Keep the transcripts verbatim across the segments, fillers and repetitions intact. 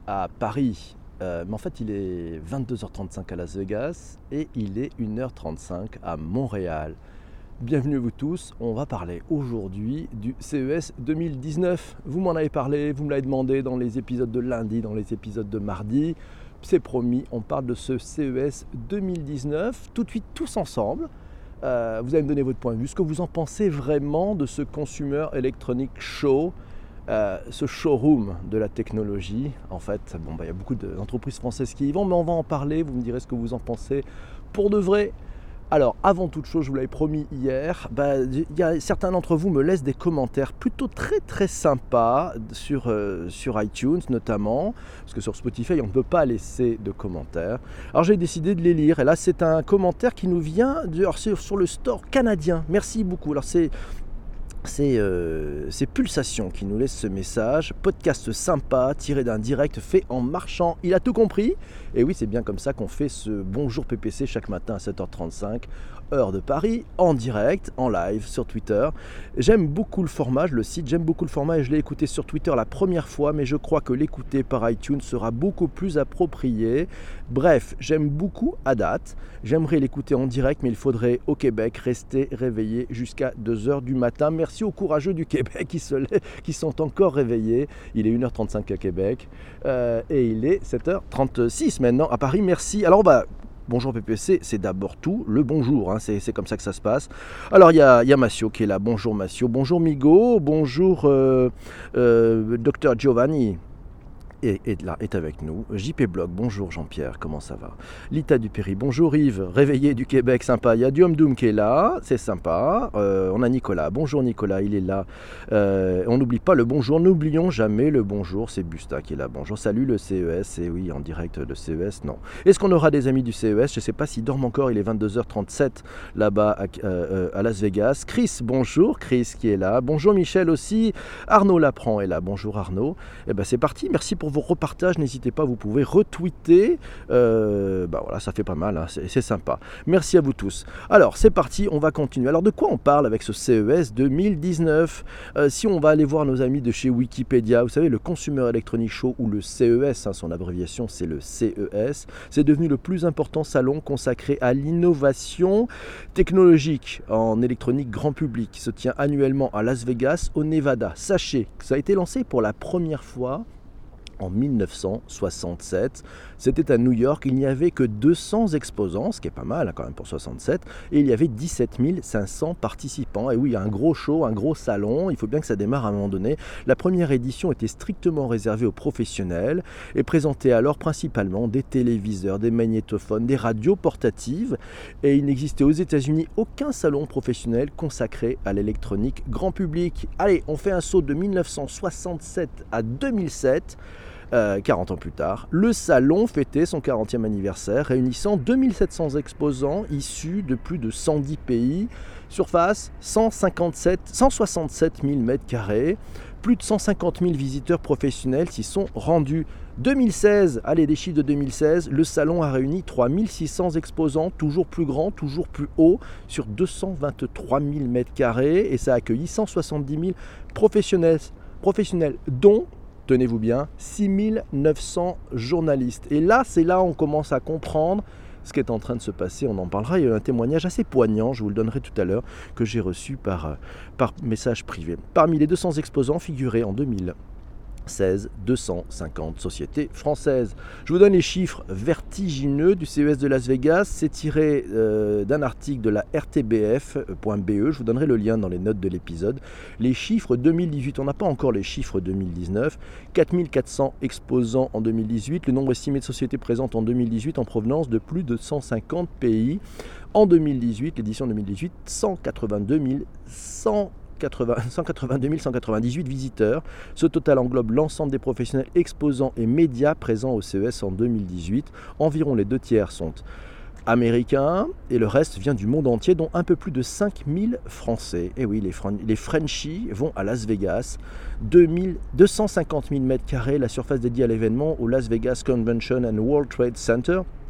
à Paris, euh, mais en fait il est vingt-deux heures trente-cinq à Las Vegas et il est une heure trente-cinq à Montréal. Bienvenue vous tous, on va parler aujourd'hui du C E S deux mille dix-neuf. Vous m'en avez parlé, vous me l'avez demandé dans les épisodes de lundi, dans les épisodes de mardi. C'est promis, on parle de ce C E S deux mille dix-neuf, tout de suite tous ensemble. Euh, vous allez me donner votre point de vue, ce que vous en pensez vraiment de ce Consumer Electronic Show, euh, ce showroom de la technologie. En fait, bon, bah, y a beaucoup d'entreprises françaises qui y vont, mais on va en parler, vous me direz ce que vous en pensez pour de vrai. Alors, avant toute chose, je vous l'avais promis hier, bah, y a, certains d'entre vous me laissent des commentaires plutôt très très sympas sur, euh, sur iTunes notamment, parce que sur Spotify, on ne peut pas laisser de commentaires. Alors, j'ai décidé de les lire, et là, c'est un commentaire qui nous vient de, alors, sur, sur le store canadien. Merci beaucoup. Alors, c'est... C'est, euh, c'est Pulsation qui nous laisse ce message. Podcast sympa, tiré d'un direct fait en marchant. Il a tout compris. Et oui, c'est bien comme ça qu'on fait ce Bonjour P P C chaque matin à sept heures trente-cinq, heure de Paris, en direct, en live sur Twitter. J'aime beaucoup le format, je le cite, j'aime beaucoup le format et je l'ai écouté sur Twitter la première fois, mais je crois que l'écouter par iTunes sera beaucoup plus approprié. Bref, j'aime beaucoup à date. J'aimerais l'écouter en direct, mais il faudrait au Québec rester réveillé jusqu'à deux heures du matin. Merci aux courageux du Québec qui, se lèvent, qui sont encore réveillés. Il est une heure trente-cinq à Québec euh, et il est sept heures trente-six maintenant à Paris. Merci. Alors, bah, Bonjour P P C, c'est d'abord tout, le bonjour, hein, c'est, c'est comme ça que ça se passe. Alors il y a, y a Massio qui est là, bonjour Massio, bonjour Migo, bonjour euh, euh, Docteur Giovanni. Est, est là, est avec nous. J P Blog, bonjour Jean-Pierre, comment ça va? Lita Dupéry, bonjour Yves, réveillé du Québec, sympa. Il y a du Doom qui est là, c'est sympa. Euh, on a Nicolas, bonjour Nicolas, il est là. Euh, on n'oublie pas le bonjour, n'oublions jamais le bonjour, c'est Busta qui est là. Bonjour, salut le C E S, et oui, en direct de C E S, non. Est-ce qu'on aura des amis du C E S? Je ne sais pas s'ils dorment encore, il est vingt-deux heures trente-sept là-bas à, euh, à Las Vegas. Chris, bonjour, Chris qui est là. Bonjour Michel aussi. Arnaud Lapran est là, bonjour Arnaud. Et ben c'est parti, merci pour vos repartages, n'hésitez pas, vous pouvez retweeter, euh, bah voilà, ça fait pas mal, hein, c'est, c'est sympa. Merci à vous tous. Alors, c'est parti, on va continuer. Alors, de quoi on parle avec ce C E S deux mille dix-neuf? euh, Si on va aller voir nos amis de chez Wikipédia, vous savez, le Consumer Electronic Show, ou le C E S, hein, son abréviation, c'est le C E S, c'est devenu le plus important salon consacré à l'innovation technologique en électronique grand public, qui se tient annuellement à Las Vegas, au Nevada. Sachez que ça a été lancé pour la première fois en mille neuf cent soixante-sept, c'était à New York, il n'y avait que deux cents exposants, ce qui est pas mal hein, quand même pour soixante-sept, et il y avait dix-sept mille cinq cents participants. Et oui, un gros show, un gros salon, il faut bien que ça démarre à un moment donné. La première édition était strictement réservée aux professionnels et présentait alors principalement des téléviseurs, des magnétophones, des radios portatives, et il n'existait aux États-Unis aucun salon professionnel consacré à l'électronique grand public. Allez, on fait un saut de mille neuf cent soixante-sept à deux mille sept. Euh, quarante ans plus tard, le salon fêtait son quarantième anniversaire, réunissant deux mille sept cents exposants issus de plus de cent dix pays, surface cent cinquante-sept, cent soixante-sept mille mètres carrés, plus de cent cinquante mille visiteurs professionnels s'y sont rendus. deux mille seize, allez, des chiffres de deux mille seize, le salon a réuni trois mille six cents exposants, toujours plus grands, toujours plus hauts, sur deux cent vingt-trois mille mètres carrés, et ça a accueilli cent soixante-dix mille professionnels, professionnels dont, tenez-vous bien, six mille neuf cents journalistes. Et là, c'est là où on commence à comprendre ce qui est en train de se passer. On en parlera. Il y a un témoignage assez poignant, je vous le donnerai tout à l'heure, que j'ai reçu par, par message privé. Parmi les deux cents exposants figuraient en deux mille seize, deux cent cinquante sociétés françaises. Je vous donne les chiffres vertigineux du C E S de Las Vegas. C'est tiré euh, d'un article de la R T B F point B E. Je vous donnerai le lien dans les notes de l'épisode. Les chiffres deux mille dix-huit, on n'a pas encore les chiffres deux mille dix-neuf. quatre mille quatre cents exposants en deux mille dix-huit. Le nombre estimé de sociétés présentes en deux mille dix-huit en provenance de plus de cent cinquante pays. En deux mille dix-huit, l'édition deux mille dix-huit, cent quatre-vingt-deux mille cent cent quatre-vingt-deux mille cent quatre-vingt-dix-huit visiteurs. Ce total englobe l'ensemble des professionnels exposants et médias présents au C E S en deux mille dix-huit. Environ les deux tiers sont américains et le reste vient du monde entier, dont un peu plus de cinq mille Français. Et oui, les, Fran- les Frenchies vont à Las Vegas. deux mille, deux cent cinquante mille mètres carrés, la surface dédiée à l'événement au Las Vegas Convention and World Trade Center.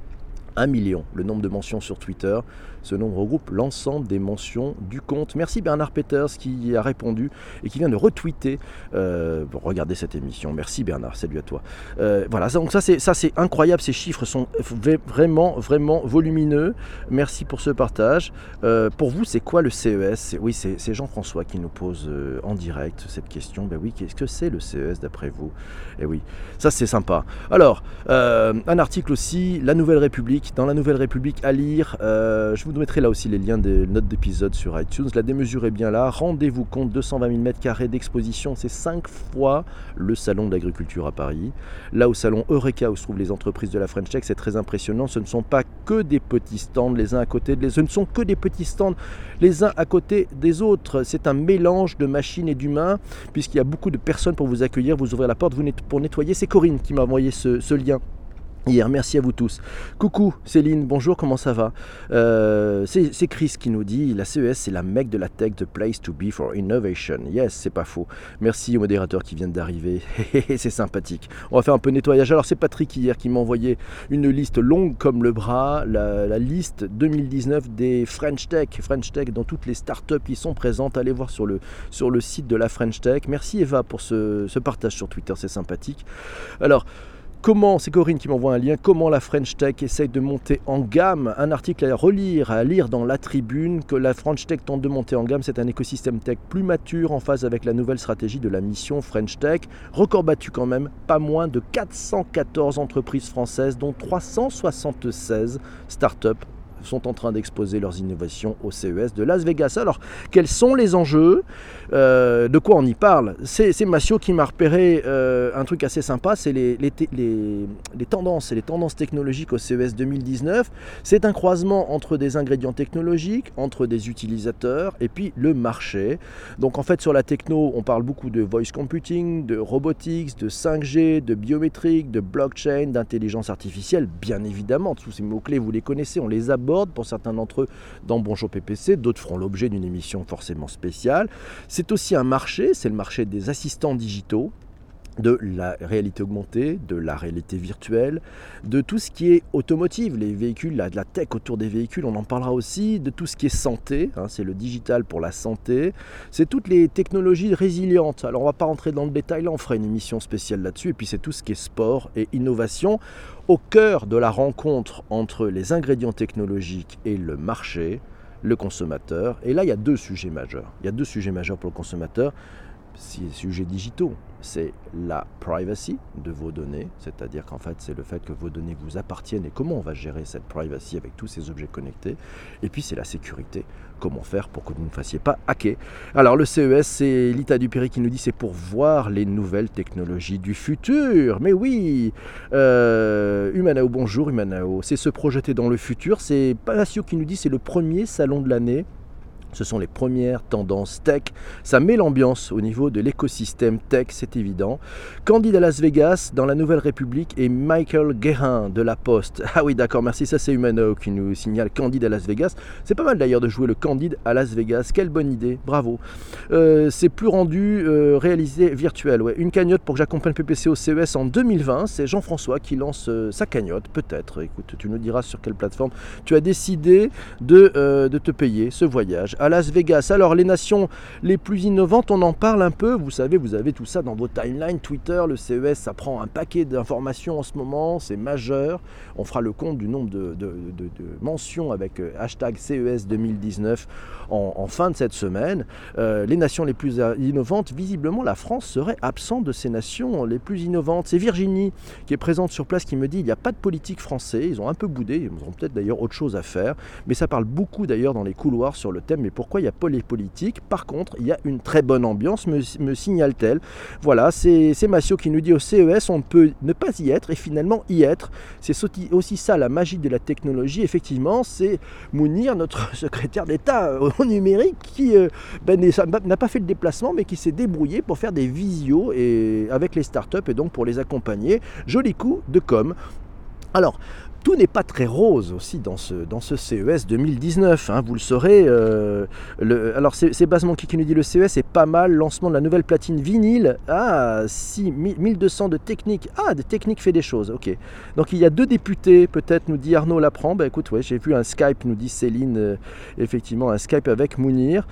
un million, le nombre de mentions sur Twitter. Ce nombre regroupe l'ensemble des mentions du compte. Merci Bernard Peters qui a répondu et qui vient de retweeter. Euh, bon, regardez cette émission. Merci Bernard, salut à toi. Euh, voilà, donc ça c'est, ça c'est incroyable. Ces chiffres sont vraiment, vraiment volumineux. Merci pour ce partage. Euh, pour vous, c'est quoi le C E S ? Oui, c'est, c'est Jean-François qui nous pose euh, en direct cette question. Ben oui, qu'est-ce que c'est le C E S d'après vous ? Eh oui, ça c'est sympa. Alors, euh, un article aussi, La Nouvelle République. Dans La Nouvelle République à lire, euh, je vous mettrai là aussi les liens des notes d'épisode sur iTunes. La démesure est bien là. Rendez-vous compte, deux cent vingt mille mètres carrés d'exposition, c'est cinq fois le salon de l'agriculture à Paris. Là au salon Eureka où se trouvent les entreprises de la French Tech, c'est très impressionnant. Ce ne sont pas que des petits stands les uns à côté des autres. Ce ne sont que des petits stands les uns à côté des autres. C'est un mélange de machines et d'humains puisqu'il y a beaucoup de personnes pour vous accueillir, vous ouvrir la porte vous net- pour nettoyer. C'est Corinne qui m'a envoyé ce, ce lien hier, merci à vous tous. Coucou Céline, bonjour, comment ça va ? euh, c'est, c'est Chris qui nous dit, la C E S c'est la mecque de la tech, the place to be for innovation. Yes, c'est pas faux. Merci aux modérateurs qui viennent d'arriver, c'est sympathique. On va faire un peu de nettoyage. Alors c'est Patrick hier qui m'a envoyé une liste longue comme le bras, la, la liste deux mille dix-neuf des French Tech, French Tech dans toutes les startups qui sont présentes. Allez voir sur le, sur le site de la French Tech. Merci Eva pour ce, ce partage sur Twitter, c'est sympathique. Alors, comment, c'est Corinne qui m'envoie un lien, comment la French Tech essaye de monter en gamme. Un article à relire, à lire dans La Tribune, que la French Tech tente de monter en gamme. C'est un écosystème tech plus mature en phase avec la nouvelle stratégie de la mission French Tech. Record battu quand même, pas moins de quatre cent quatorze entreprises françaises, dont trois cent soixante-seize startups sont en train d'exposer leurs innovations au C E S de Las Vegas. Alors, quels sont les enjeux ? euh, De quoi on y parle ? C'est, c'est Massio qui m'a repéré euh, un truc assez sympa, c'est les, les, les, les tendances et les tendances technologiques au C E S deux mille dix-neuf. C'est un croisement entre des ingrédients technologiques, entre des utilisateurs et puis le marché. Donc en fait, sur la techno, on parle beaucoup de voice computing, de robotics, de cinq G, de biométrique, de blockchain, d'intelligence artificielle, bien évidemment. Tous ces mots-clés, vous les connaissez, on les aborde pour certains d'entre eux dans Bonjour P P C, d'autres feront l'objet d'une émission forcément spéciale. C'est aussi un marché, c'est le marché des assistants digitaux, de la réalité augmentée, de la réalité virtuelle, de tout ce qui est automotive, les véhicules, la, de la tech autour des véhicules, on en parlera aussi, de tout ce qui est santé, hein, c'est le digital pour la santé, c'est toutes les technologies résilientes. Alors on ne va pas rentrer dans le détail, là on fera une émission spéciale là-dessus, et puis c'est tout ce qui est sport et innovation, au cœur de la rencontre entre les ingrédients technologiques et le marché, le consommateur. Et là il y a deux sujets majeurs, il y a deux sujets majeurs pour le consommateur. Si les sujets digitaux, c'est la privacy de vos données, c'est-à-dire qu'en fait c'est le fait que vos données vous appartiennent et comment on va gérer cette privacy avec tous ces objets connectés. Et puis c'est la sécurité, comment faire pour que vous ne fassiez pas hacker. Alors le C E S, c'est Lita Dupéry qui nous dit c'est pour voir les nouvelles technologies du futur. Mais oui, euh, Humanao, bonjour Humanao, c'est se projeter dans le futur. C'est Palacio qui nous dit c'est le premier salon de l'année. Ce sont les premières tendances tech. Ça met l'ambiance au niveau de l'écosystème tech, c'est évident. Candide à Las Vegas, dans la Nouvelle République, et Michael Guérin de La Poste. Ah oui, d'accord, merci. Ça, c'est Humano qui nous signale Candide à Las Vegas. C'est pas mal d'ailleurs de jouer le Candide à Las Vegas. Quelle bonne idée, bravo. Euh, c'est plus rendu, euh, réalisé virtuel. Ouais. Une cagnotte pour que j'accompagne P P C au C E S en deux mille vingt. C'est Jean-François qui lance euh, sa cagnotte, peut-être. Écoute, tu nous diras sur quelle plateforme tu as décidé de, euh, de te payer ce voyage à Las Vegas. Alors les nations les plus innovantes, on en parle un peu, vous savez, vous avez tout ça dans vos timelines, Twitter, le C E S, ça prend un paquet d'informations en ce moment, c'est majeur, on fera le compte du nombre de, de, de, de mentions avec hashtag C E S deux mille dix-neuf en, en fin de cette semaine. Euh, les nations les plus innovantes, visiblement la France serait absente de ces nations les plus innovantes. C'est Virginie qui est présente sur place qui me dit il n'y a pas de politique français, ils ont un peu boudé, ils auront peut-être d'ailleurs autre chose à faire, mais ça parle beaucoup d'ailleurs dans les couloirs sur le thème, mais pourquoi il y a pas les politiques. Par contre, il y a une très bonne ambiance, me, me signale-t-elle. Voilà, c'est, c'est Massio qui nous dit au C E S, on peut ne pas y être et finalement y être. C'est aussi ça la magie de la technologie. Effectivement, c'est Mounir, notre secrétaire d'État au numérique, qui euh, ben, n'a pas fait le déplacement, mais qui s'est débrouillé pour faire des visios et, avec les startups et donc pour les accompagner. Joli coup de com'. Alors, tout n'est pas très rose aussi dans ce, dans ce C E S deux mille dix-neuf, hein, vous le saurez. Euh, le, alors c'est, c'est Baz Monkey qui nous dit le C E S est pas mal, lancement de la nouvelle platine vinyle. Ah, si, mille deux cents de technique. Ah, de technique fait des choses, ok. Donc il y a deux députés, peut-être, nous dit Arnaud Lapran. Ben écoute, ouais, j'ai vu un Skype, nous dit Céline, euh, effectivement, un Skype avec Mounir.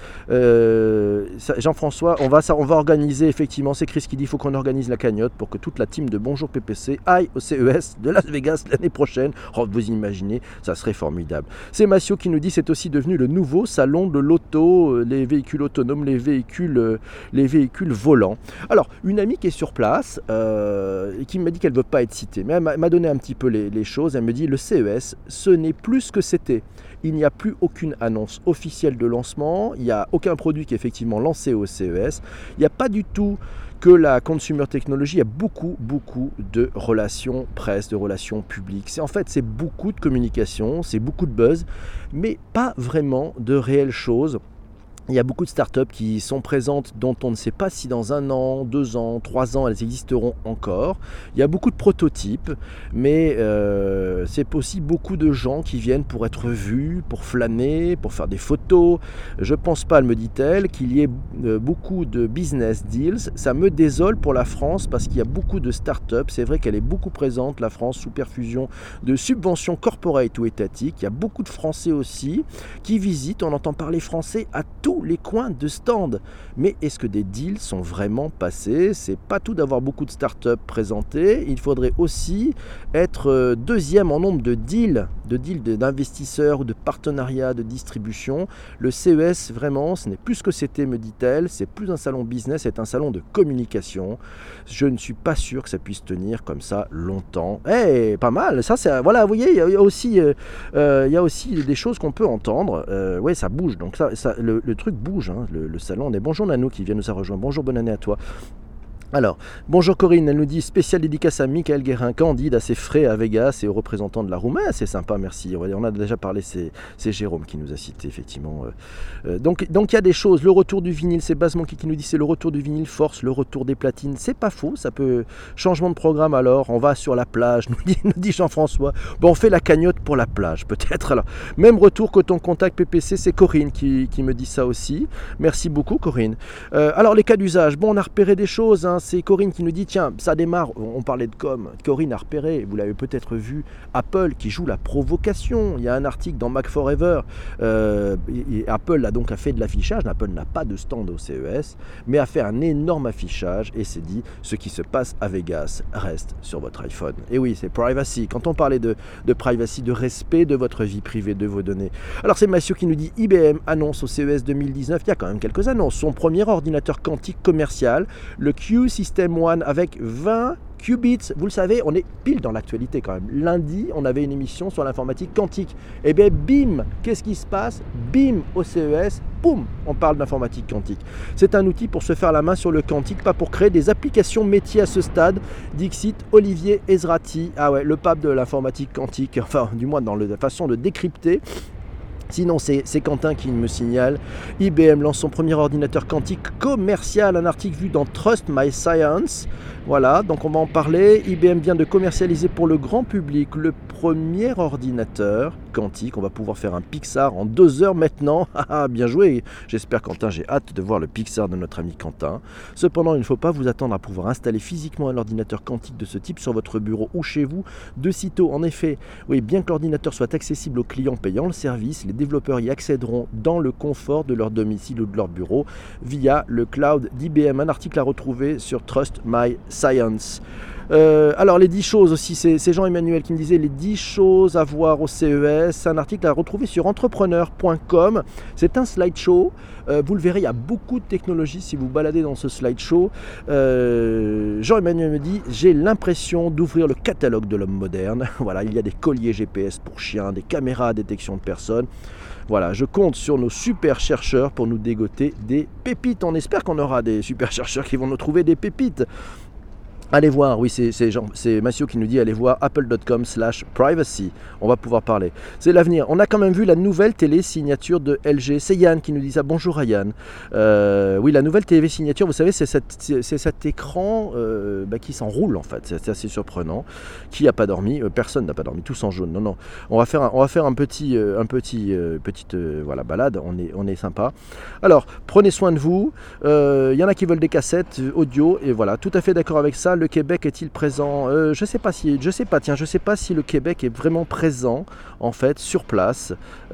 Euh, ça, Jean-François, on va, ça, on va organiser, effectivement, c'est Chris qui dit, il faut qu'on organise la cagnotte pour que toute la team de Bonjour P P C aille au C E S de Las Vegas l'année prochaine. Oh, vous imaginez, ça serait formidable. C'est Massio qui nous dit c'est aussi devenu le nouveau salon de l'auto, les véhicules autonomes, les véhicules, les véhicules volants. Alors, une amie qui est sur place euh, et qui m'a dit qu'elle ne veut pas être citée, mais elle m'a, m'a donné un petit peu les, les choses. Elle me dit le C E S, ce n'est plus ce que c'était. Il n'y a plus aucune annonce officielle de lancement, il n'y a aucun produit qui est effectivement lancé au C E S, il n'y a pas du tout que la consumer technology, il y a beaucoup, beaucoup de relations presse, de relations publiques. C'est, en fait, c'est beaucoup de communication, c'est beaucoup de buzz, mais pas vraiment de réelles choses. Il y a beaucoup de startups qui sont présentes dont on ne sait pas si dans un an, deux ans, trois ans, elles existeront encore. Il y a beaucoup de prototypes, mais euh, c'est aussi beaucoup de gens qui viennent pour être vus, pour flâner, pour faire des photos. Je ne pense pas, elle me dit-elle, qu'il y ait beaucoup de business deals. Ça me désole pour la France parce qu'il y a beaucoup de startups. C'est vrai qu'elle est beaucoup présente, la France, sous perfusion de subventions corporate ou étatiques. Il y a beaucoup de Français aussi qui visitent. On entend parler français à tous les coins de stands. Mais est-ce que des deals sont vraiment passés? C'est pas tout d'avoir beaucoup de startups présentées. Il faudrait aussi être deuxième en nombre de deals, de deals d'investisseurs ou de partenariats de distribution. Le C E S, vraiment, ce n'est plus ce que c'était, me dit-elle. C'est plus un salon business, c'est un salon de communication. Je ne suis pas sûr que ça puisse tenir comme ça longtemps. Eh, hey, pas mal. Ça, c'est, voilà, vous voyez, il y a aussi, euh, euh, il y a aussi des choses qu'on peut entendre. Euh, ouais, ça bouge. Donc ça, ça le, le truc bouge, hein, le, le salon. On est bonjour Nanou qui vient nous a rejoint. Bonjour, bonne année à toi. Alors, bonjour Corinne, elle nous dit spécial dédicace à Michael Guérin, candide à ses frais à Vegas et aux représentants de la Roumanie. Ah, c'est sympa, merci. On a déjà parlé, c'est, c'est Jérôme qui nous a cité, effectivement. Euh, donc, donc il y a des choses. Le retour du vinyle, c'est Baz Monkey qui nous dit c'est le retour du vinyle, force le retour des platines. C'est pas faux, ça peut. Changement de programme alors, on va sur la plage, nous dit, nous dit Jean-François. Bon, on fait la cagnotte pour la plage, peut-être. Alors, même retour Coton Contact P P C, c'est Corinne qui, qui me dit ça aussi. Merci beaucoup, Corinne. Euh, alors, les cas d'usage, bon, on a repéré des choses, hein. C'est Corinne qui nous dit, tiens, ça démarre, on parlait de com, Corinne a repéré, vous l'avez peut-être vu, Apple qui joue la provocation. Il y a un article dans Mac Forever, euh, et Apple a donc a fait de l'affichage, Apple n'a pas de stand au C E S, mais a fait un énorme affichage et s'est dit, ce qui se passe à Vegas reste sur votre iPhone. Et oui, c'est privacy, quand on parlait de, de privacy, de respect de votre vie privée, de vos données. Alors c'est Mathieu qui nous dit, I B M annonce au C E S deux mille dix-neuf, il y a quand même quelques annonces, son premier ordinateur quantique commercial, le Q System One avec vingt qubits. Vous le savez, on est pile dans l'actualité quand même. Lundi, on avait une émission sur l'informatique quantique. Et bien, bim, qu'est-ce qui se passe? Bim, au C E S, boum, on parle d'informatique quantique. C'est un outil pour se faire la main sur le quantique, pas pour créer des applications métiers à ce stade. Dixit Olivier Ezrati, ah ouais, le pape de l'informatique quantique, enfin, du moins dans la façon de décrypter. Sinon, c'est, c'est Quentin qui me signale. I B M lance son premier ordinateur quantique commercial, un article vu dans Trust My Science. Voilà, donc on va en parler. I B M vient de commercialiser pour le grand public le premier ordinateur quantique. On va pouvoir faire un Pixar en deux heures maintenant. Bien joué. J'espère, Quentin, j'ai hâte de voir le Pixar de notre ami Quentin. Cependant, il ne faut pas vous attendre à pouvoir installer physiquement un ordinateur quantique de ce type sur votre bureau ou chez vous de sitôt. En effet, oui, bien que l'ordinateur soit accessible aux clients payant le service, les développeurs y accéderont dans le confort de leur domicile ou de leur bureau via le cloud d'I B M. Un article à retrouver sur Trust My Science. Euh, alors les dix choses aussi, c'est, c'est Jean-Emmanuel qui me disait les dix choses à voir au C E S. Un article à retrouver sur entrepreneur point com. C'est un slideshow. Euh, vous le verrez, il y a beaucoup de technologies si vous baladez dans ce slideshow. Euh, Jean-Emmanuel me dit j'ai l'impression d'ouvrir le catalogue de l'homme moderne. Voilà, il y a des colliers G P S pour chiens, des caméras à détection de personnes. Voilà, je compte sur nos super chercheurs pour nous dégoter des pépites. On espère qu'on aura des super chercheurs qui vont nous trouver des pépites. Allez voir, oui, c'est, c'est, Jean, c'est Massio qui nous dit allez voir apple.com slash privacy. On va pouvoir parler. C'est l'avenir. On a quand même vu la nouvelle télé signature de L G. C'est Yann qui nous dit ça. Bonjour à Yann. Euh, oui, la nouvelle télé signature, vous savez, c'est, cette, c'est, c'est cet écran euh, bah, qui s'enroule en fait. C'est, c'est assez surprenant. Qui n'a pas dormi euh, Personne n'a pas dormi. Tous en jaune. Non, non. On va faire un, on va faire un petit, euh, un petit, euh, petite euh, voilà, balade. On est, on est sympa. Alors, prenez soin de vous. Il euh, y en a qui veulent des cassettes audio. Et voilà, tout à fait d'accord avec ça. Le Québec est-il présent euh, Je sais pas si, je sais pas, tiens, je sais pas si le Québec est vraiment présent en fait sur place,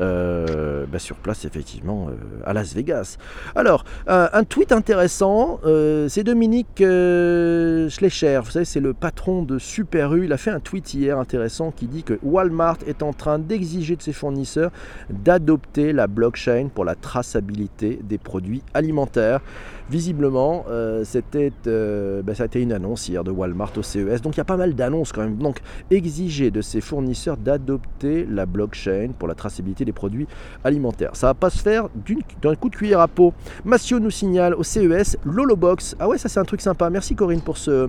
euh, bah, sur place effectivement euh, à Las Vegas. Alors un, un tweet intéressant, euh, c'est Dominique euh, Schleicher, vous savez c'est le patron de Super U. Il a fait un tweet hier intéressant qui dit que Walmart est en train d'exiger de ses fournisseurs d'adopter la blockchain pour la traçabilité des produits alimentaires. Visiblement, euh, c'était, euh, bah, ça a été une annonce hier de Walmart au C E S. Donc il y a pas mal d'annonces quand même. Donc exiger de ses fournisseurs d'adopter la blockchain pour la traçabilité des produits alimentaires. Ça va pas se faire d'une, d'un coup de cuillère à peau. Massio nous signale au C E S l'Holobox. Ah ouais, ça c'est un truc sympa. Merci Corinne pour ce...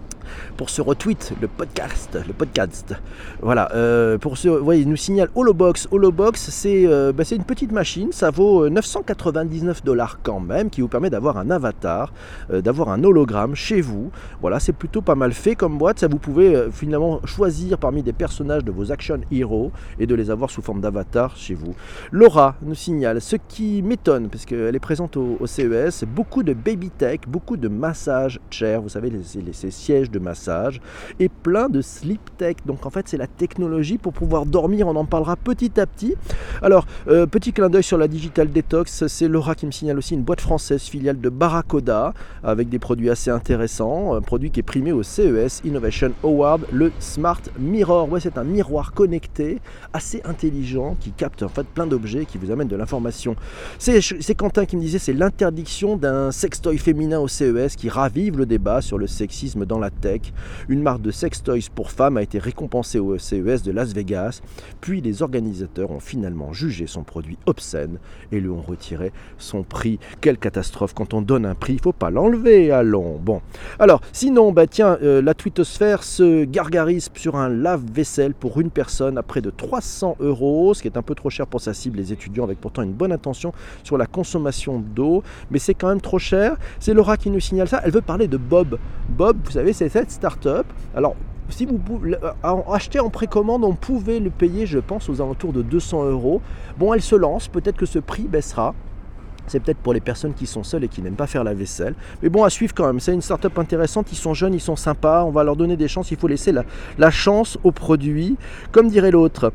pour ce retweet, le podcast, le podcast. Voilà, euh, pour ce, vous voyez, il nous signale Holobox. Holobox, c'est, euh, bah, c'est une petite machine, ça vaut neuf cent quatre-vingt-dix-neuf dollars quand même, qui vous permet d'avoir un avatar, euh, d'avoir un hologramme chez vous. Voilà, c'est plutôt pas mal fait comme boîte. Ça, vous pouvez euh, finalement choisir parmi des personnages de vos action heroes et de les avoir sous forme d'avatar chez vous. Laura nous signale, ce qui m'étonne, parce qu'elle est présente au, au C E S, beaucoup de baby tech, beaucoup de massage chair, vous savez, les, les, ces sièges de massage, et plein de sleep tech. Donc en fait c'est la technologie pour pouvoir dormir. On en parlera petit à petit. Alors euh, petit clin d'œil sur la Digital Detox, c'est Laura qui me signale aussi une boîte française filiale de Barracoda avec des produits assez intéressants, un produit qui est primé au C E S Innovation Award, le Smart Mirror. Ouais, c'est un miroir connecté assez intelligent qui capte en fait plein d'objets, qui vous amène de l'information. C'est, c'est Quentin qui me disait c'est l'interdiction d'un sextoy féminin au C E S qui ravive le débat sur le sexisme dans la tech. Une marque de sextoys pour femmes a été récompensée au C E S de Las Vegas, puis les organisateurs ont finalement jugé son produit obscène et lui ont retiré son prix. Quelle catastrophe, quand on donne un prix, il ne faut pas l'enlever, allons. Bon, alors sinon, bah tiens, euh, la twittosphère se gargarise sur un lave-vaisselle pour une personne à près de trois cents euros, ce qui est un peu trop cher pour sa cible, les étudiants, avec pourtant une bonne intention sur la consommation d'eau, mais c'est quand même trop cher. C'est Laura qui nous signale ça, elle veut parler de Bob. Bob, vous savez, c'est cette start-up. Alors, si vous pouvez acheter en précommande, on pouvait le payer, je pense, aux alentours de deux cents euros. Bon, elle se lance, peut-être que ce prix baissera. C'est peut-être pour les personnes qui sont seules et qui n'aiment pas faire la vaisselle. Mais bon, à suivre quand même. C'est une start-up intéressante. Ils sont jeunes, ils sont sympas. On va leur donner des chances. Il faut laisser la, la chance au produit. Comme dirait l'autre.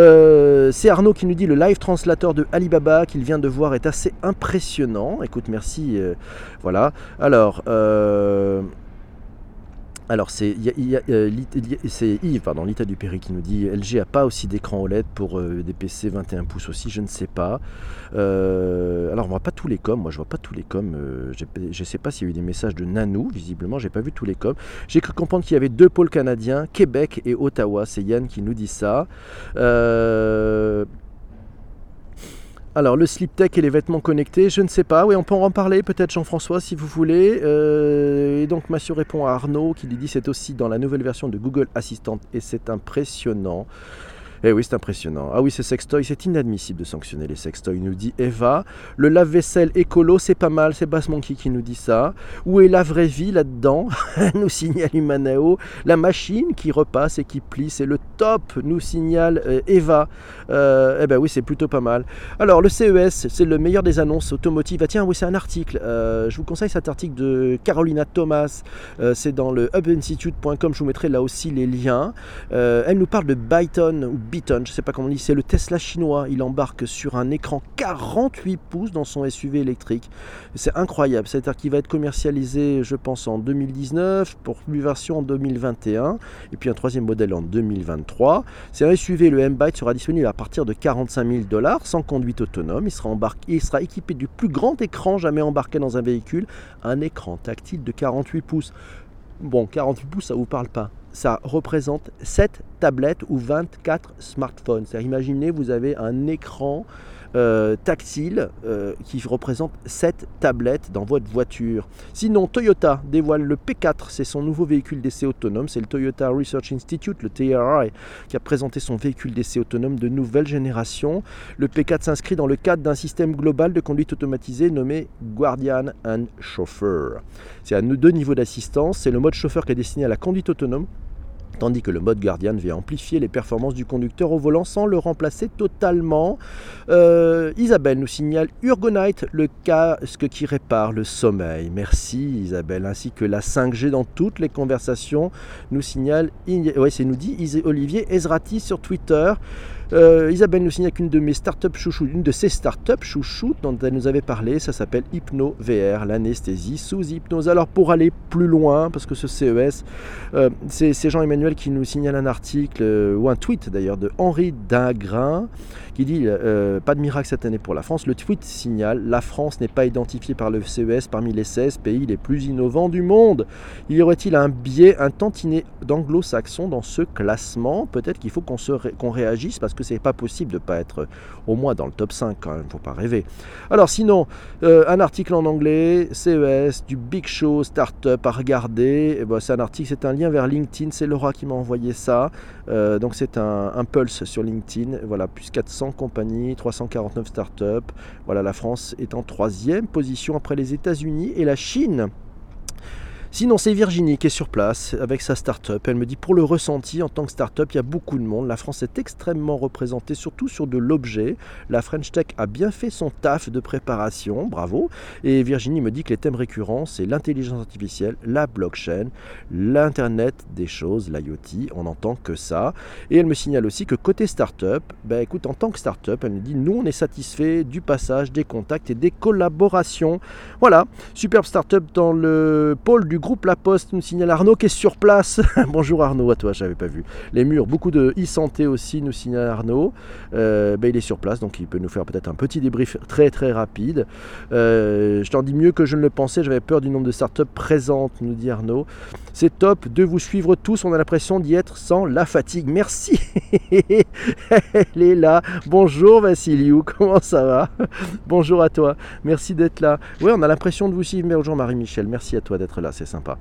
Euh, c'est Arnaud qui nous dit le live translator de Alibaba qu'il vient de voir est assez impressionnant. Écoute, merci. Euh, voilà. Alors... Euh, Alors c'est, y a, y a, euh, c'est Yves, pardon, Lita Dupéry qui nous dit L G n'a pas aussi d'écran O L E D pour euh, des P C vingt et un pouces aussi, je ne sais pas. Euh, alors on voit pas tous les coms, moi je vois pas tous les coms, euh, je ne sais pas s'il y a eu des messages de Nanou, visiblement j'ai pas vu tous les coms. J'ai cru comprendre qu'il y avait deux pôles canadiens, Québec et Ottawa, c'est Yann qui nous dit ça. Euh... Alors, le sleep tech et les vêtements connectés, je ne sais pas. Oui, on peut en parler peut-être, Jean-François, si vous voulez. Euh, et donc, Massio répond à Arnaud qui lui dit c'est aussi dans la nouvelle version de Google Assistant et c'est impressionnant. Eh oui, c'est impressionnant. Ah oui, ces sextoys, c'est inadmissible de sanctionner les sextoys, nous dit Eva. Le lave-vaisselle écolo, c'est pas mal, c'est Bass Monkey qui nous dit ça. Où est la vraie vie là-dedans? Nous signale Humaneo. La machine qui repasse et qui plie, c'est le top, nous signale euh, Eva. Euh, eh ben oui, c'est plutôt pas mal. Alors, le C E S, c'est le meilleur des annonces automotives. Ah tiens, oui, c'est un article. Euh, je vous conseille cet article de Carolina Thomas. Euh, c'est dans le hub institute point com. Je vous mettrai là aussi les liens. Euh, elle nous parle de Byton ou Byton, je ne sais pas comment on dit, c'est le Tesla chinois. Il embarque sur un écran quarante-huit pouces dans son S U V électrique. C'est incroyable. C'est-à-dire qu'il va être commercialisé, je pense, en deux mille dix-neuf, pour une version en deux mille vingt et un, et puis un troisième modèle en deux mille vingt-trois. C'est un S U V, le M-Byte sera disponible à partir de quarante-cinq mille dollars, sans conduite autonome. Il sera, embarqué, il sera équipé du plus grand écran jamais embarqué dans un véhicule, un écran tactile de quarante-huit pouces. Bon, quarante-huit pouces, ça ne vous parle pas. Ça représente sept tablettes ou vingt-quatre smartphones. C'est-à-dire, imaginez, vous avez un écran euh, tactile euh, qui représente sept tablettes dans votre voiture. Sinon, Toyota dévoile le P quatre, c'est son nouveau véhicule d'essai autonome, c'est le Toyota Research Institute, le T R I, qui a présenté son véhicule d'essai autonome de nouvelle génération. Le P quatre s'inscrit dans le cadre d'un système global de conduite automatisée nommé Guardian and Chauffeur. C'est à deux niveaux d'assistance, c'est le mode chauffeur qui est destiné à la conduite autonome, tandis que le mode Guardian vient amplifier les performances du conducteur au volant sans le remplacer totalement. Euh, Isabelle nous signale Urgonite, le casque qui répare le sommeil. Merci Isabelle, ainsi que la cinq G dans toutes les conversations, nous signale, ouais, c'est nous dit Olivier Ezrati sur Twitter. Euh, Isabelle nous signale qu'une de mes startups chouchou, une de ses startups chouchou dont elle nous avait parlé, ça s'appelle Hypno V R, l'anesthésie sous hypnose. Alors pour aller plus loin, parce que ce C E S, euh, c'est, c'est Jean-Emmanuel qui nous signale un article, euh, ou un tweet d'ailleurs, de Henri Dagrin, qui dit euh, pas de miracle cette année pour la France. Le tweet signale: la France n'est pas identifiée par le C E S parmi les seize pays les plus innovants du monde. Y aurait-il un biais, un tantinet d'anglo-saxons dans ce classement? Peut-être qu'il faut qu'on, se ré, qu'on réagisse, parce que c'est pas possible de ne pas être au moins dans le top cinq quand même, faut pas rêver. Alors sinon, euh, un article en anglais, C E S, du Big Show Startup à regarder. Et ben, c'est un article, c'est un lien vers LinkedIn, c'est Laura qui m'a envoyé ça. Euh, donc c'est un, un pulse sur LinkedIn. Voilà, plus quatre cents compagnies, trois cent quarante-neuf startups. Voilà, la France est en troisième position après les États-Unis et la Chine. Sinon, c'est Virginie qui est sur place avec sa start-up. Elle me dit, pour le ressenti, en tant que start-up, il y a beaucoup de monde. La France est extrêmement représentée, surtout sur de l'objet. La French Tech a bien fait son taf de préparation, bravo. Et Virginie me dit que les thèmes récurrents, c'est l'intelligence artificielle, la blockchain, l'Internet des choses, l'IoT. On n'entend que ça. Et elle me signale aussi que côté start-up, ben écoute, en tant que start-up, elle me dit, nous, on est satisfait du passage, des contacts et des collaborations. Voilà, superbe start-up dans le pôle du groupe La Poste, nous signale Arnaud qui est sur place. Bonjour Arnaud, à toi, je n'avais pas vu. Les murs, beaucoup de e-santé aussi, nous signale Arnaud. Euh, ben, il est sur place, donc il peut nous faire peut-être un petit débrief très très rapide. Euh, je t'en dis mieux que je ne le pensais, j'avais peur du nombre de startups présentes, nous dit Arnaud. C'est top de vous suivre tous, on a l'impression d'y être sans la fatigue. Merci. Elle est là. Bonjour Vassiliou, comment ça va? Bonjour à toi, merci d'être là. Oui, on a l'impression de vous suivre. Bonjour Marie-Michel, merci à toi d'être là, c'est sympa.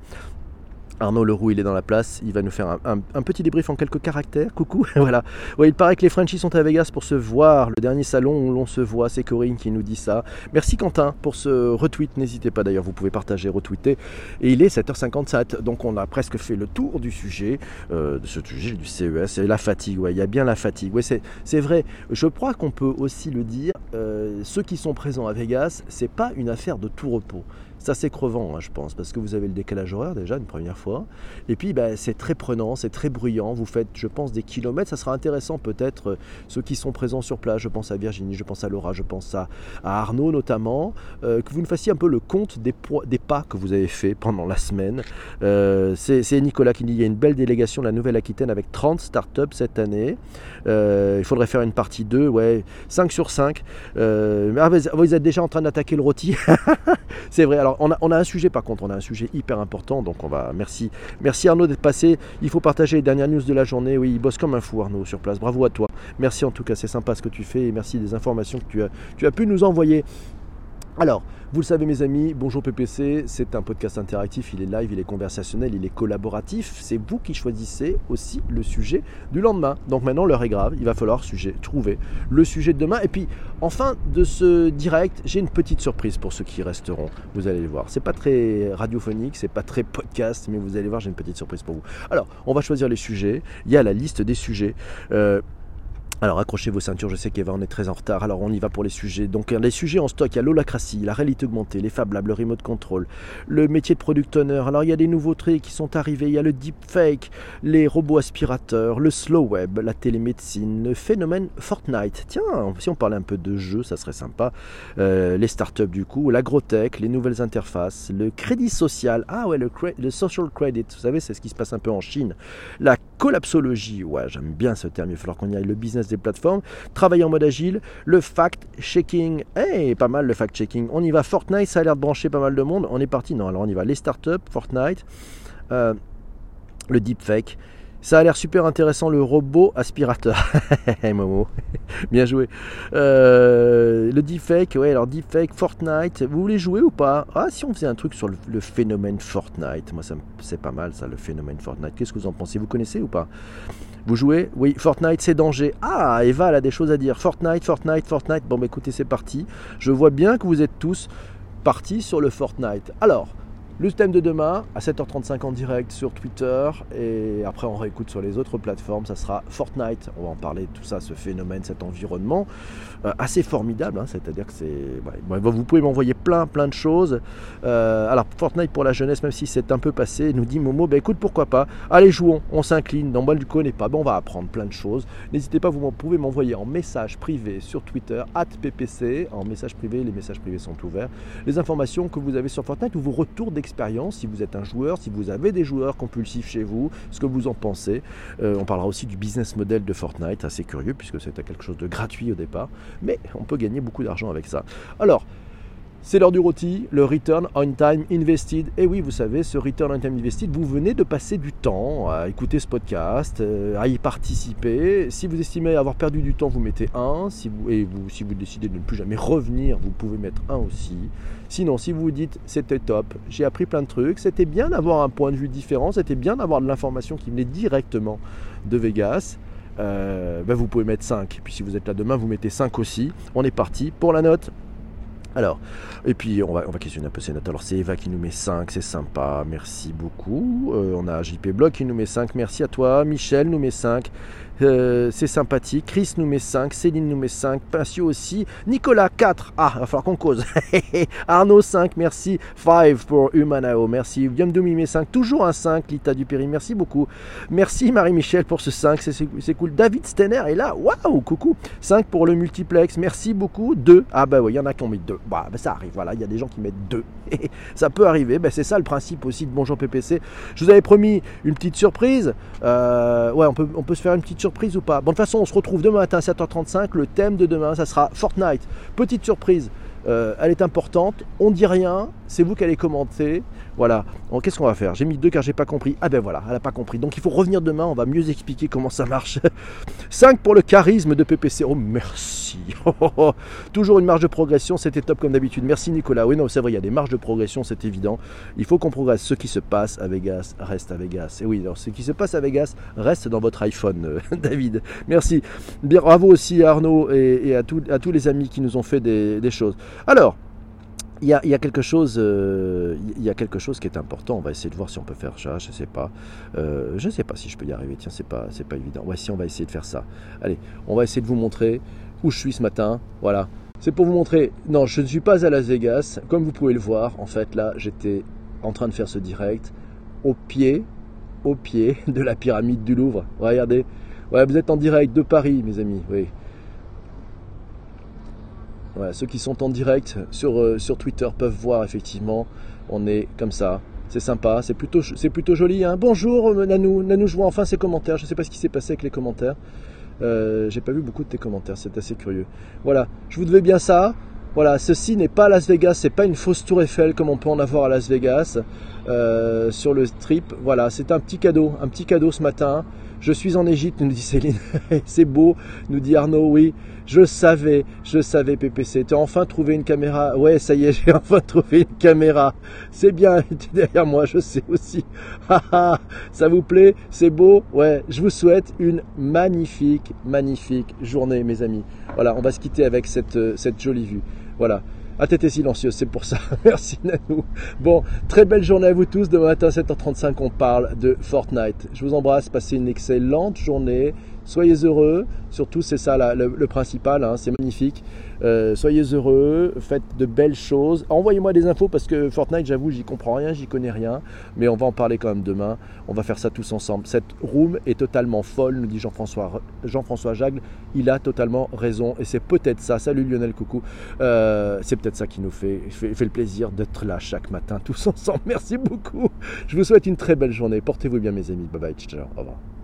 Arnaud Leroux, il est dans la place, il va nous faire un, un, un petit débrief en quelques caractères. Coucou, voilà. Ouais, il paraît que les Frenchies sont à Vegas pour se voir. Le dernier salon où l'on se voit, c'est Corinne qui nous dit ça. Merci Quentin pour ce retweet. N'hésitez pas d'ailleurs, vous pouvez partager, retweeter. Et il est sept heures cinquante-sept, donc on a presque fait le tour du sujet, euh, de ce sujet du C E S. Et la fatigue, ouais, il y a bien la fatigue. Ouais, c'est, c'est vrai. Je crois qu'on peut aussi le dire. Euh, ceux qui sont présents à Vegas, c'est pas une affaire de tout repos. Ça c'est crevant, hein, je pense, parce que vous avez le décalage horaire déjà une première fois. Et puis bah, c'est très prenant, c'est très bruyant. Vous faites, je pense, des kilomètres. Ça sera intéressant peut-être, euh, ceux qui sont présents sur place. Je pense à Virginie, je pense à Laura, je pense à, à Arnaud notamment. Euh, que vous nous fassiez un peu le compte des, poids, des pas que vous avez fait pendant la semaine. Euh, c'est, c'est Nicolas qui dit qu'il y a une belle délégation de la Nouvelle-Aquitaine avec trente startups cette année. Euh, il faudrait faire une partie deux, ouais, cinq sur cinq. Euh, ah, vous êtes déjà en train d'attaquer le rôti. C'est vrai. Alors, On a, on a un sujet par contre, on a un sujet hyper important, donc on va, merci, merci Arnaud d'être passé. Il faut partager les dernières news de la journée. Oui, il bosse comme un fou Arnaud sur place, bravo à toi. Merci en tout cas, c'est sympa ce que tu fais et merci des informations que tu as, tu as pu nous envoyer. Alors, vous le savez mes amis, Bonjour P P C, c'est un podcast interactif, il est live, il est conversationnel, il est collaboratif. C'est vous qui choisissez aussi le sujet du lendemain. Donc maintenant, l'heure est grave, il va falloir sujet, trouver le sujet de demain. Et puis, en fin de ce direct, j'ai une petite surprise pour ceux qui resteront. Vous allez le voir. C'est pas très radiophonique, c'est pas très podcast, mais vous allez voir, j'ai une petite surprise pour vous. Alors, on va choisir les sujets. Il y a la liste des sujets. Euh, Alors accrochez vos ceintures, je sais qu'Eva on est très en retard, alors on y va pour les sujets. Donc les sujets en stock, il y a l'holacratie, la réalité augmentée, les Fab Labs, le remote control, le métier de product owner. Alors il y a des nouveautés qui sont arrivés, il y a le deepfake, les robots aspirateurs, le slow web, la télémédecine, le phénomène Fortnite. Tiens, si on parlait un peu de jeux, ça serait sympa. Euh, les startups du coup, l'agrotech, les nouvelles interfaces, le crédit social, ah ouais, le, cre- le social credit, vous savez, c'est ce qui se passe un peu en Chine. La collapsologie, ouais, j'aime bien ce terme, il va falloir qu'on y aille, le business des plateformes, travailler en mode agile, le fact-checking, hey, pas mal le fact-checking, on y va, Fortnite, ça a l'air de brancher pas mal de monde, on est parti, non, alors on y va, les startups, Fortnite, euh, le deepfake, Ça a l'air super intéressant, le robot aspirateur. Momo, bien joué. Euh, le deepfake, ouais, alors deepfake, Fortnite, vous voulez jouer ou pas? Ah, si on faisait un truc sur le, le phénomène Fortnite, moi ça c'est pas mal ça, le phénomène Fortnite. Qu'est-ce que vous en pensez? Vous connaissez ou pas? Vous jouez? Oui, Fortnite c'est danger. Ah, Eva elle a des choses à dire. Fortnite, Fortnite, Fortnite. Bon bah écoutez, c'est parti. Je vois bien que vous êtes tous partis sur le Fortnite. Alors, le thème de demain, à sept heures trente-cinq en direct sur Twitter, et après on réécoute sur les autres plateformes, ça sera Fortnite. On va en parler de tout ça, ce phénomène, cet environnement euh, assez formidable, hein, c'est-à-dire que c'est... Ouais, vous pouvez m'envoyer plein plein de choses. Euh, alors Fortnite pour la jeunesse, même si c'est un peu passé, nous dit Momo, bah écoute, pourquoi pas, allez jouons, on s'incline, dans Balle du connaît pas, bon, on va apprendre plein de choses. N'hésitez pas, vous pouvez m'envoyer en message privé sur Twitter, arobase P P C, en message privé, les messages privés sont ouverts, les informations que vous avez sur Fortnite ou vos retours d'expérience. Si vous êtes un joueur, si vous avez des joueurs compulsifs chez vous, ce que vous en pensez. Euh, on parlera aussi du business model de Fortnite, assez curieux puisque c'était quelque chose de gratuit au départ, mais on peut gagner beaucoup d'argent avec ça. Alors, c'est l'heure du rôti, le Return on Time Invested. Et oui, vous savez, ce Return on Time Invested, vous venez de passer du temps à écouter ce podcast, à y participer. Si vous estimez avoir perdu du temps, vous mettez un. Si vous, et vous, si vous décidez de ne plus jamais revenir, vous pouvez mettre un aussi. Sinon, si vous vous dites c'était top, j'ai appris plein de trucs, c'était bien d'avoir un point de vue différent, c'était bien d'avoir de l'information qui venait directement de Vegas, euh, ben vous pouvez mettre cinq. Puis si vous êtes là demain, vous mettez cinq aussi. On est parti pour la note. Alors, et puis on va, on va questionner un peu ces notes. Alors c'est Eva qui nous met cinq, c'est sympa, merci beaucoup. Euh, on a J P Blog qui nous met cinq, merci à toi. Michel nous met cinq, euh, c'est sympathique. Chris nous met cinq, Céline nous met cinq, Pincio aussi. Nicolas quatre, ah, il va falloir qu'on cause. Arnaud cinq, merci. cinq pour Humanao, merci. William Doumi met cinq, toujours un cinq. Lita Dupéry, merci beaucoup. Merci Marie-Michel pour ce cinq, c'est, c'est cool. David Stener est là, waouh, coucou. cinq pour le multiplex, merci beaucoup. deux, ah bah oui, il y en a qui ont mis deux. Bah, bah ça arrive, voilà, il y a des gens qui mettent deux. Ça peut arriver, bah, c'est ça le principe aussi de Bonjour P P C. Je vous avais promis une petite surprise. Euh, ouais, on peut, on peut se faire une petite surprise ou pas. Bon, de toute façon, on se retrouve demain matin à sept heures trente-cinq. Le thème de demain, ça sera Fortnite. Petite surprise. Euh, elle est importante, on dit rien, c'est vous qui allez commenter. Voilà, donc qu'est-ce qu'on va faire? J'ai mis deux car j'ai pas compris. Ah ben voilà, elle n'a pas compris. Donc il faut revenir demain, on va mieux expliquer comment ça marche. cinq pour le charisme de P P C. Oh merci. Toujours une marge de progression, c'était top comme d'habitude. Merci Nicolas. Oui non, c'est vrai, il y a des marges de progression, c'est évident. Il faut qu'on progresse. Ce qui se passe à Vegas reste à Vegas. Et oui, alors ce qui se passe à Vegas reste dans votre iPhone, euh, David. Merci. Bien, bravo aussi à Arnaud et, et à, tout, à tous les amis qui nous ont fait des, des choses. Alors, il y, y a quelque chose, euh, il y a quelque chose qui est important. On va essayer de voir si on peut faire ça. Je sais pas. Euh, je sais pas si je peux y arriver. Tiens, c'est pas, c'est pas évident. Ouais, si on va essayer de faire ça. Allez, on va essayer de vous montrer où je suis ce matin. Voilà. C'est pour vous montrer. Non, je ne suis pas à Las Vegas. Comme vous pouvez le voir, en fait, là, j'étais en train de faire ce direct au pied, au pied de la pyramide du Louvre. Regardez. Ouais, vous êtes en direct de Paris, mes amis. Oui. Voilà, ceux qui sont en direct sur, euh, sur Twitter peuvent voir effectivement, on est comme ça, c'est sympa, c'est plutôt, c'est plutôt joli. Hein. Bonjour Nanou, Nanou, je vois enfin ses commentaires, je ne sais pas ce qui s'est passé avec les commentaires, euh, j'ai pas vu beaucoup de tes commentaires, c'est assez curieux. Voilà, je vous devais bien ça. Voilà, ceci n'est pas Las Vegas, c'est pas une fausse tour Eiffel comme on peut en avoir à Las Vegas, euh, sur le strip. Voilà, c'est un petit cadeau, un petit cadeau ce matin. Je suis en Égypte, nous dit Céline. C'est beau, nous dit Arnaud. Oui, je savais, je savais, P P C. Tu as enfin trouvé une caméra. Ouais, ça y est, j'ai enfin trouvé une caméra. C'est bien, tu es derrière moi, je sais aussi. Ça vous plaît? C'est beau? Ouais, je vous souhaite une magnifique, magnifique journée, mes amis. Voilà, on va se quitter avec cette, cette jolie vue. Voilà. Ah, t'étais silencieuse, c'est pour ça. Merci Nanou. Bon, très belle journée à vous tous. Demain matin, sept heures trente-cinq, on parle de Fortnite. Je vous embrasse, passez une excellente journée. Soyez heureux, surtout c'est ça la, le, le principal, hein, c'est magnifique. Euh, soyez heureux, faites de belles choses. Envoyez-moi des infos parce que Fortnite, j'avoue, j'y comprends rien, j'y connais rien. Mais on va en parler quand même demain. On va faire ça tous ensemble. Cette room est totalement folle, nous dit Jean-François, Jean-François Jagle. Il a totalement raison et c'est peut-être ça. Salut Lionel, coucou. Euh, c'est peut-être ça qui nous fait, fait, fait le plaisir d'être là chaque matin tous ensemble. Merci beaucoup. Je vous souhaite une très belle journée. Portez-vous bien mes amis. Bye bye. Ciao. Au revoir.